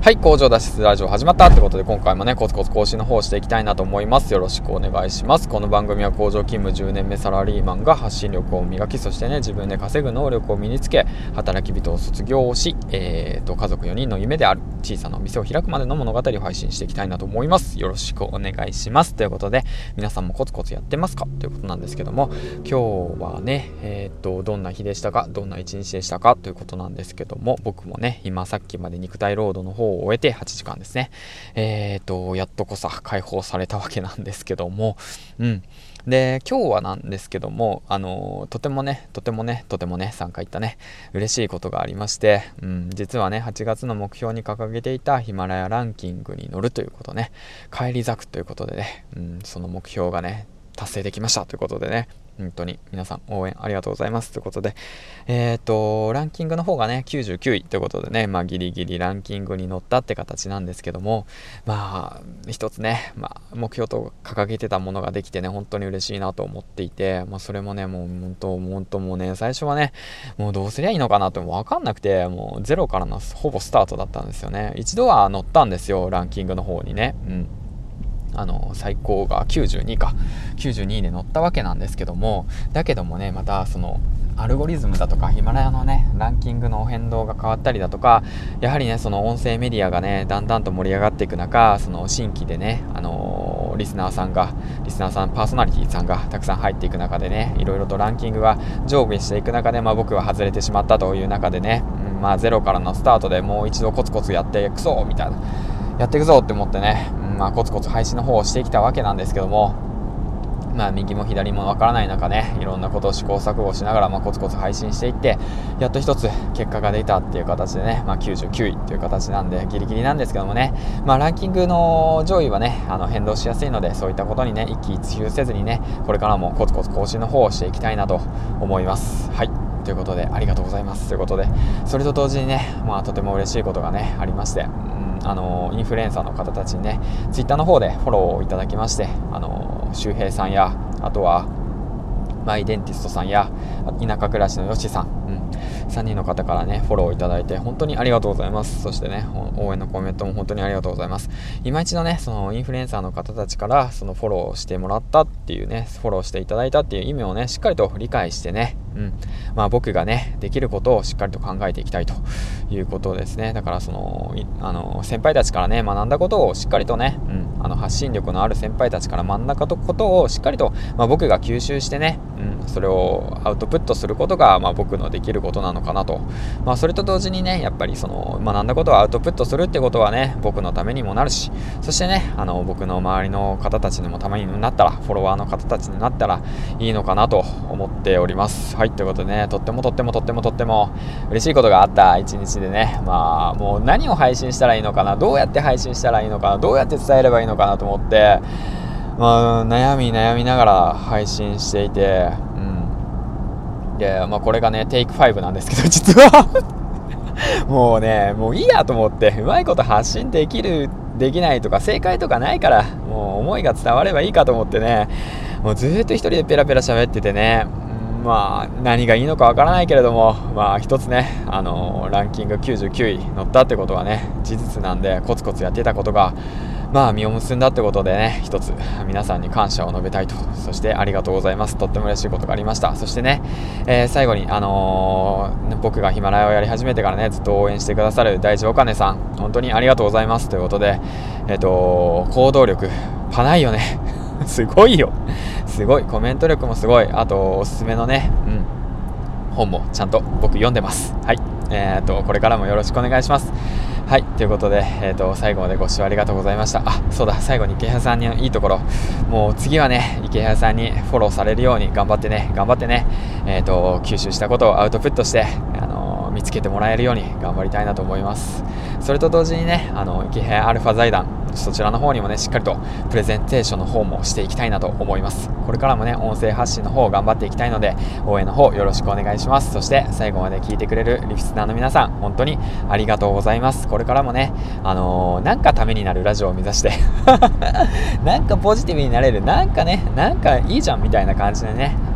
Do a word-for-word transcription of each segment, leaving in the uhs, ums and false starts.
はい、工場脱出ラジオ始まったってことで、今回もねコツコツ更新の方をしていきたいなと思います。よろしくお願いします。この番組は工場勤務じゅうねんめサラリーマンが発信力を磨き、そしてね自分で稼ぐ能力を身につけ、働き人を卒業し、えーと家族よにんの夢である小さなお店を開くまでの物語を配信していきたいなと思います。よろしくお願いします。ということで、皆さんもコツコツやってますかということなんですけども、今日はねえーとどんな日でしたか、どんな一日でしたかということなんですけども、僕もね今さっきまで肉体労働の方を終えてはちじかんですね、えーとやっとこさ解放されたわけなんですけども、うんで今日はなんですけども、あのとてもねとてもねとてもねさんかい言ったね嬉しいことがありまして、うん、実はねはちがつの目標に掲げていたヒマラヤランキングに乗るということね、返り咲くということでね、うん、その目標がね達成できましたということでね、本当に皆さん応援ありがとうございますということで、えーとランキングの方がねきゅうじゅうきゅういということでね、まあギリギリランキングに乗ったって形なんですけども、まあ一つね、まあ、目標と掲げてたものができてね本当に嬉しいなと思っていて、まあ、それもねもう本当本当もうね最初はねもうどうすりゃいいのかなって分かんなくて、もうゼロからのほぼスタートだったんですよね。一度は乗ったんですよ、ランキングの方にね、うんあの最高がきゅうじゅうにかきゅうじゅうにで乗ったわけなんですけども、だけどもねまたそのアルゴリズムだとかヒマラヤのねランキングの変動が変わったりだとか、やはりねその音声メディアがねだんだんと盛り上がっていく中、その新規でねあのー、リスナーさんがリスナーさんパーソナリティさんがたくさん入っていく中でね、いろいろとランキングが上下していく中で、まあ、僕は外れてしまったという中でね、うん、まあゼロからのスタートでもう一度コツコツやっていくぞみたいなやっていくぞって思ってね、うんまあ、コツコツ配信の方をしてきたわけなんですけども、まあ右も左もわからない中ね、いろんなことを試行錯誤しながら、まあ、コツコツ配信していって、やっと一つ結果が出たっていう形でね、まあ、きゅうじゅうきゅういという形なんでギリギリなんですけどもね、まあランキングの上位はねあの変動しやすいので、そういったことにね一喜一憂せずにね、これからもコツコツ更新の方をしていきたいなと思います。はい、ということでありがとうございますということで、それと同時にね、まあとても嬉しいことがねありまして、うん、あのインフルエンサーの方たちにねツイッターの方でフォローをいただきまして、あの周平さんや、あとはマイデンティストさんや田舎暮らしのよしさん、うん、さんにんの方からねフォローいただいて本当にありがとうございます。そしてね応援のコメントも本当にありがとうございます。今一度ねそのインフルエンサーの方たちからそのフォローしてもらったっていうね、フォローしていただいたっていう意味をねしっかりと理解してね、うんまあ、僕がねできることをしっかりと考えていきたいということですね。だからそのあの先輩たちからね学んだことをしっかりとね、うん、あの発信力のある先輩たちから学んだことをしっかりと、まあ、僕が吸収してね、うん、それをアウトプットすることが、まあ、僕のできることなのかなと、まあ、それと同時にねやっぱりその学んだことをアウトプットするってことはね僕のためにもなるし、そしてねあの僕の周りの方たちにもためになったら、フォロワーの方たちになったらいいのかなと思っております。はい、ということでね、とってもとってもとってもとっても嬉しいことがあった一日でね、まあもう何を配信したらいいのかな、どうやって配信したらいいのかな、どうやって伝えればいいのかなと思って、まあ、悩み悩みながら配信していて、うんで、まあ、これがねテイクファイブなんですけど、実はもうねもういいやと思って、うまいこと発信できるできないとか正解とかないから、もう思いが伝わればいいかと思ってね、もうずっと一人でペラペラ喋っててね、まあ何がいいのかわからないけれども、まあ一つねあのランキングきゅうじゅうきゅうい乗ったってことはね事実なんで、コツコツやってたことがまあ実を結んだってことでね、一つ皆さんに感謝を述べたいと、そしてありがとうございます、とっても嬉しいことがありました。そしてね、えー、最後にあのー、僕がヒマラヤをやり始めてからねずっと応援してくださる大地おかねさん、本当にありがとうございますということで、えっと行動力パないよねすごいよ、すごいコメント力もすごい、あとおすすめのね、うん、本もちゃんと僕読んでます。はい、えー、とこれからもよろしくお願いします。はい、ということで、えー、と最後までご視聴ありがとうございました。あ、そうだ、最後に池原さんにいいところ、もう次はね池原さんにフォローされるように頑張ってね頑張ってね、えー、と吸収したことをアウトプットして、あのー、見つけてもらえるように頑張りたいなと思います。それと同時にね、あの池原アルファ財団、そちらの方にもねしっかりとプレゼンテーションの方もしていきたいなと思います。これからもね音声発信の方を頑張っていきたいので、応援の方よろしくお願いします。そして最後まで聞いてくれるリスナーの皆さん、本当にありがとうございます。これからもねあのー、なんかためになるラジオを目指してなんかポジティブになれる、なんかねなんかいいじゃんみたいな感じでね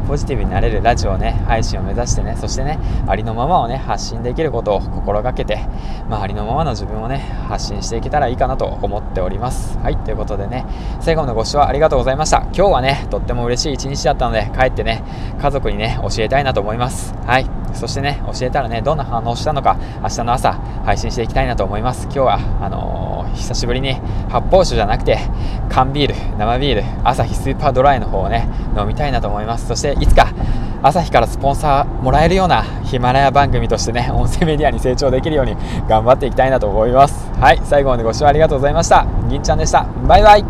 ポジティブになれるラジオをね配信を目指してね、そしてねありのままをね発信できることを心がけて、まあ、ありのままの自分をね発信していけたらいいかなと思っております。はい、ということでね、最後までご視聴ありがとうございました。今日はねとっても嬉しい一日だったので、帰ってね家族にね教えたいなと思います。はい、そしてね教えたらねどんな反応をしたのか明日の朝配信していきたいなと思います。今日はあのー、久しぶりに発泡酒じゃなくて缶ビール、生ビール、アサヒスーパードライの方をね飲みたいなと思います。そしていつかアサヒからスポンサーもらえるようなヒマラヤ番組としてね音声メディアに成長できるように頑張っていきたいなと思います。はい、最後までご視聴ありがとうございました。銀ちゃんでした。バイバイ。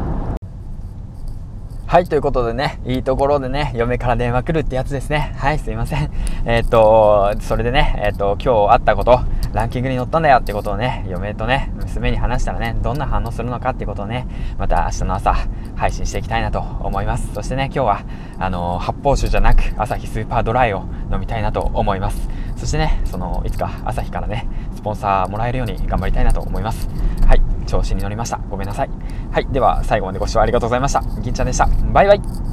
はい、ということでね、いいところでね、嫁から電話来るってやつですね。はい、すいません。えー、っと、それでね、えー、っと、今日あったこと、ランキングに載ったんだよってことをね、嫁とね、娘に話したらね、どんな反応するのかってことをね、また明日の朝、配信していきたいなと思います。そしてね、今日は、あのー、発泡酒じゃなく、アサヒスーパードライを飲みたいなと思います。そしてね、その、いつかアサヒからね、スポンサーもらえるように頑張りたいなと思います。はい、調子に乗りました。ごめんなさい。はい、では最後までご視聴ありがとうございました。銀ちゃんでした。バイバイ。